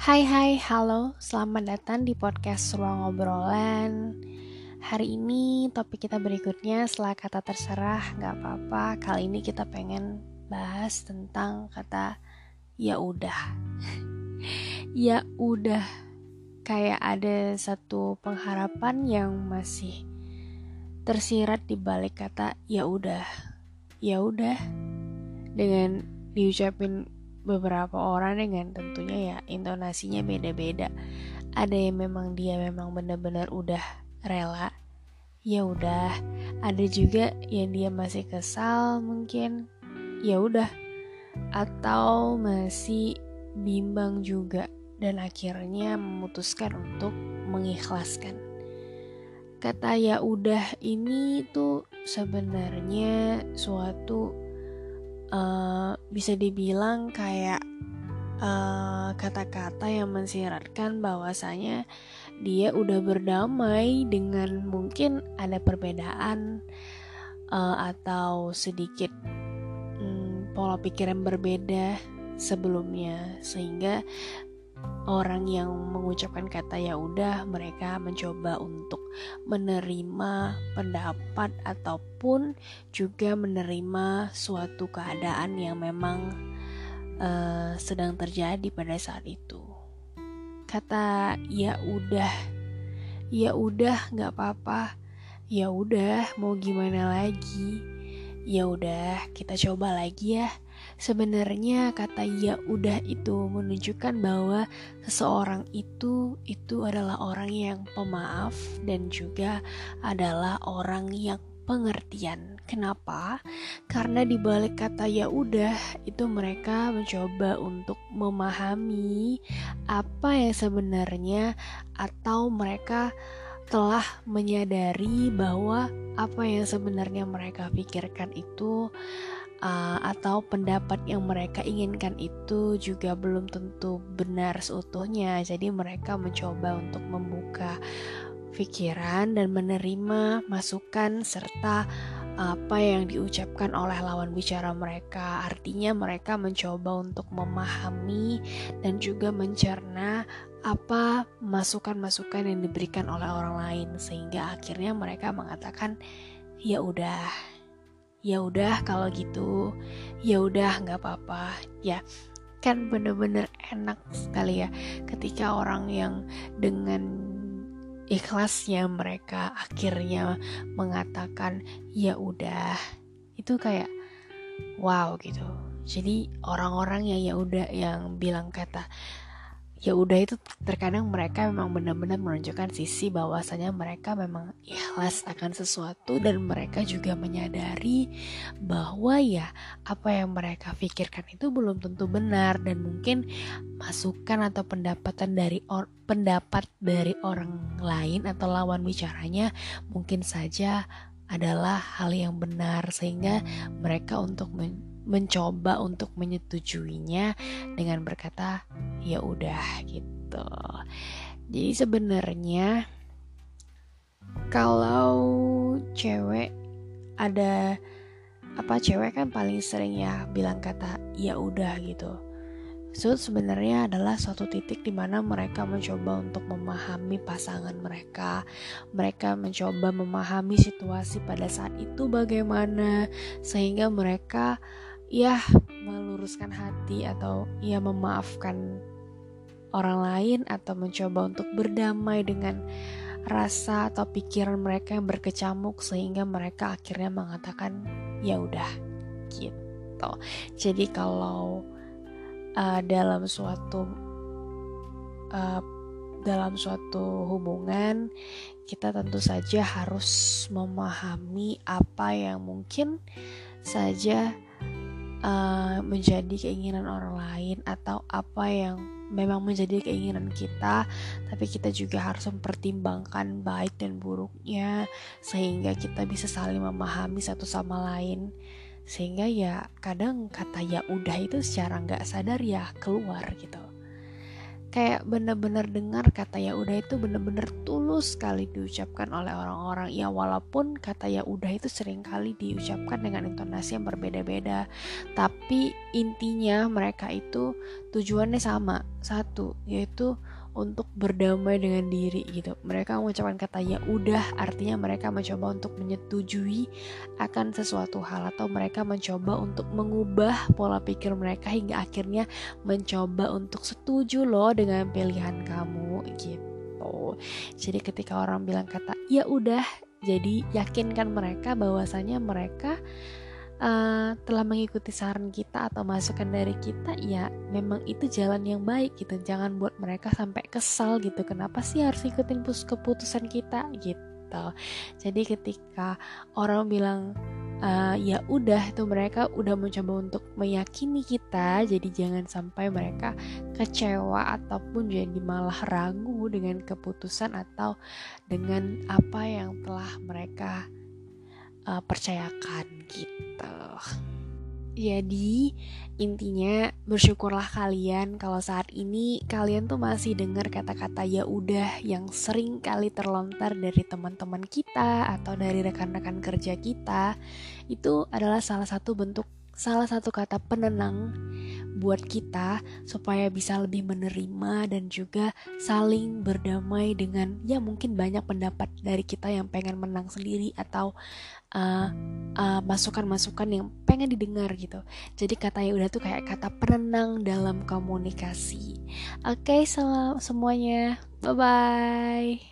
Halo, selamat datang di podcast Ruang Obrolan. Hari ini topik kita berikutnya setelah kata terserah, gak apa-apa. Kali ini kita pengen bahas tentang kata ya udah. Ya udah, kayak ada satu pengharapan yang masih tersirat di balik kata ya udah. Ya udah, dengan diucapin beberapa orang dengan tentunya ya intonasinya beda-beda. Ada yang memang dia memang benar-benar udah rela, ya udah. Ada juga yang dia masih kesal mungkin, ya udah. Atau masih bimbang juga dan akhirnya memutuskan untuk mengikhlaskan. Kata ya udah ini tuh sebenarnya suatu bisa dibilang kayak kata-kata yang mensiratkan bahwasanya dia udah berdamai dengan mungkin ada perbedaan atau sedikit pola pikir yang berbeda sebelumnya, sehingga orang yang mengucapkan kata ya udah mereka mencoba untuk menerima pendapat ataupun juga menerima suatu keadaan yang memang sedang terjadi pada saat itu. Kata ya udah nggak apa-apa, ya udah mau gimana lagi, ya udah kita coba lagi ya. Sebenarnya kata ya udah itu menunjukkan bahwa seseorang itu adalah orang yang pemaaf dan juga adalah orang yang pengertian. Kenapa? Karena di balik kata ya udah itu mereka mencoba untuk memahami apa yang sebenarnya, atau mereka telah menyadari bahwa apa yang sebenarnya mereka pikirkan itu atau pendapat yang mereka inginkan itu juga belum tentu benar seutuhnya. Jadi mereka mencoba untuk membuka pikiran dan menerima masukan serta apa yang diucapkan oleh lawan bicara mereka. Artinya mereka mencoba untuk memahami dan juga mencerna apa masukan-masukan yang diberikan oleh orang lain, sehingga akhirnya mereka mengatakan ya udah kalau gitu, ya udah nggak apa-apa. Ya kan bener-bener enak sekali ya ketika orang yang dengan ikhlasnya mereka akhirnya mengatakan ya udah, itu kayak wow gitu. Jadi orang-orang yang ya udah yang bilang kata ya udah itu terkadang mereka memang benar-benar menunjukkan sisi bahwasanya mereka memang ikhlas akan sesuatu, dan mereka juga menyadari bahwa ya apa yang mereka pikirkan itu belum tentu benar, dan mungkin masukan atau pendapat dari orang lain atau lawan bicaranya mungkin saja adalah hal yang benar, sehingga mereka untuk mencoba untuk menyetujuinya dengan berkata ya udah gitu. Jadi sebenarnya kalau cewek cewek kan paling sering ya bilang kata ya udah gitu. So sebenarnya adalah suatu titik di mana mereka mencoba untuk memahami pasangan mereka. Mereka mencoba memahami situasi pada saat itu bagaimana, sehingga mereka ya meluruskan hati atau ya memaafkan orang lain, atau mencoba untuk berdamai dengan rasa atau pikiran mereka yang berkecamuk, sehingga mereka akhirnya mengatakan ya udah gitu. Jadi kalau dalam suatu hubungan kita tentu saja harus memahami apa yang mungkin saja menjadi keinginan orang lain atau apa yang memang menjadi keinginan kita, tapi kita juga harus mempertimbangkan baik dan buruknya sehingga kita bisa saling memahami satu sama lain. Sehingga ya kadang kata ya udah itu secara nggak sadar ya keluar gitu. kayak bener-bener dengar kata ya udah itu bener-bener tulus sekali diucapkan oleh orang-orang. Ya walaupun kata ya udah itu sering kali diucapkan dengan intonasi yang berbeda-beda, tapi intinya mereka itu tujuannya sama, satu, yaitu untuk berdamai dengan diri gitu. Mereka mengucapkan kata ya udah artinya mereka mencoba untuk menyetujui akan sesuatu hal, atau mereka mencoba untuk mengubah pola pikir mereka hingga akhirnya mencoba untuk setuju loh dengan pilihan kamu gitu. Jadi ketika orang bilang kata ya udah, jadi yakinkan mereka bahwasanya mereka telah mengikuti saran kita atau masukan dari kita, ya memang itu jalan yang baik gitu. Jangan buat mereka sampai kesal gitu, kenapa sih harus ikutin keputusan kita gitu. Jadi ketika orang bilang ya udah, itu mereka udah mencoba untuk meyakini kita. Jadi jangan sampai mereka kecewa ataupun jadi malah ragu dengan keputusan atau dengan apa yang telah mereka percayakan gitu. Jadi intinya bersyukurlah kalian kalau saat ini kalian tuh masih dengar kata-kata ya udah yang sering kali terlontar dari teman-teman kita atau dari rekan-rekan kerja kita. Itu adalah salah satu kata penenang buat kita supaya bisa lebih menerima dan juga saling berdamai dengan ya mungkin banyak pendapat dari kita yang pengen menang sendiri atau masukan-masukan yang pengen didengar gitu. Jadi kata ya udah tuh kayak kata penenang dalam komunikasi. Oke, semuanya, bye bye.